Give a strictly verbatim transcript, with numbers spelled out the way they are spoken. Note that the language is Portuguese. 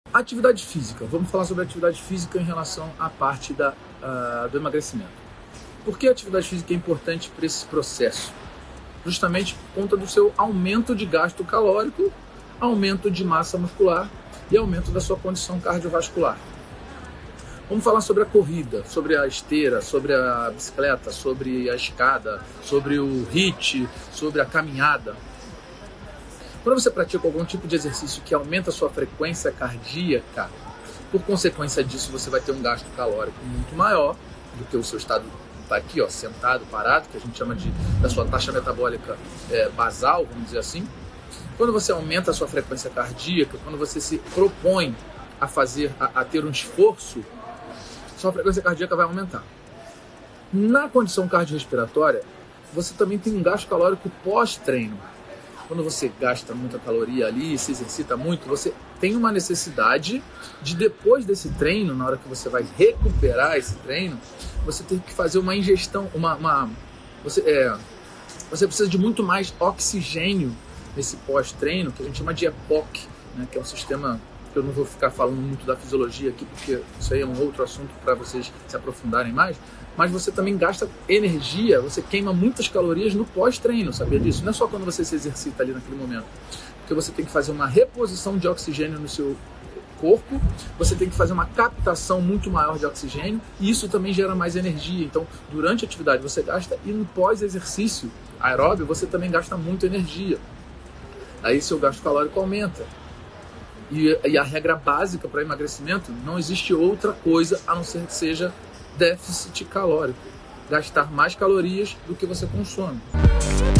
Atividade física. Vamos falar sobre atividade física em relação à parte da, uh, do emagrecimento. Por que a atividade física é importante para esse processo? Justamente por conta do seu aumento de gasto calórico, aumento de massa muscular e aumento da sua condição cardiovascular. Vamos falar sobre a corrida, sobre a esteira, sobre a bicicleta, sobre a escada, sobre o HIIT, sobre a caminhada. Quando você pratica algum tipo de exercício que aumenta a sua frequência cardíaca, por consequência disso você vai ter um gasto calórico muito maior do que o seu estado está aqui, ó, sentado, parado, que a gente chama de, da sua taxa metabólica é, basal, vamos dizer assim. Quando você aumenta a sua frequência cardíaca, quando você se propõe a fazer, a, a ter um esforço, sua frequência cardíaca vai aumentar. Na condição cardiorrespiratória, você também tem um gasto calórico pós-treino. Quando você gasta muita caloria ali, se exercita muito, você tem uma necessidade de, depois desse treino, na hora que você vai recuperar esse treino, você tem que fazer uma ingestão, uma, uma, você, é, você precisa de muito mais oxigênio nesse pós-treino, que a gente chama de E P O C, né, que é um sistema que eu não vou ficar falando muito da fisiologia aqui, porque isso aí é um outro assunto para vocês se aprofundarem mais, mas você também gasta energia, você queima muitas calorias no pós-treino, sabia disso? Não é só quando você se exercita ali naquele momento, porque você tem que fazer uma reposição de oxigênio no seu corpo, você tem que fazer uma captação muito maior de oxigênio, e isso também gera mais energia. Então, durante a atividade você gasta, e no pós-exercício aeróbio você também gasta muita energia. Aí seu gasto calórico aumenta. E, e a regra básica para emagrecimento, não existe outra coisa a não ser que seja déficit calórico. Gastar mais calorias do que você consome.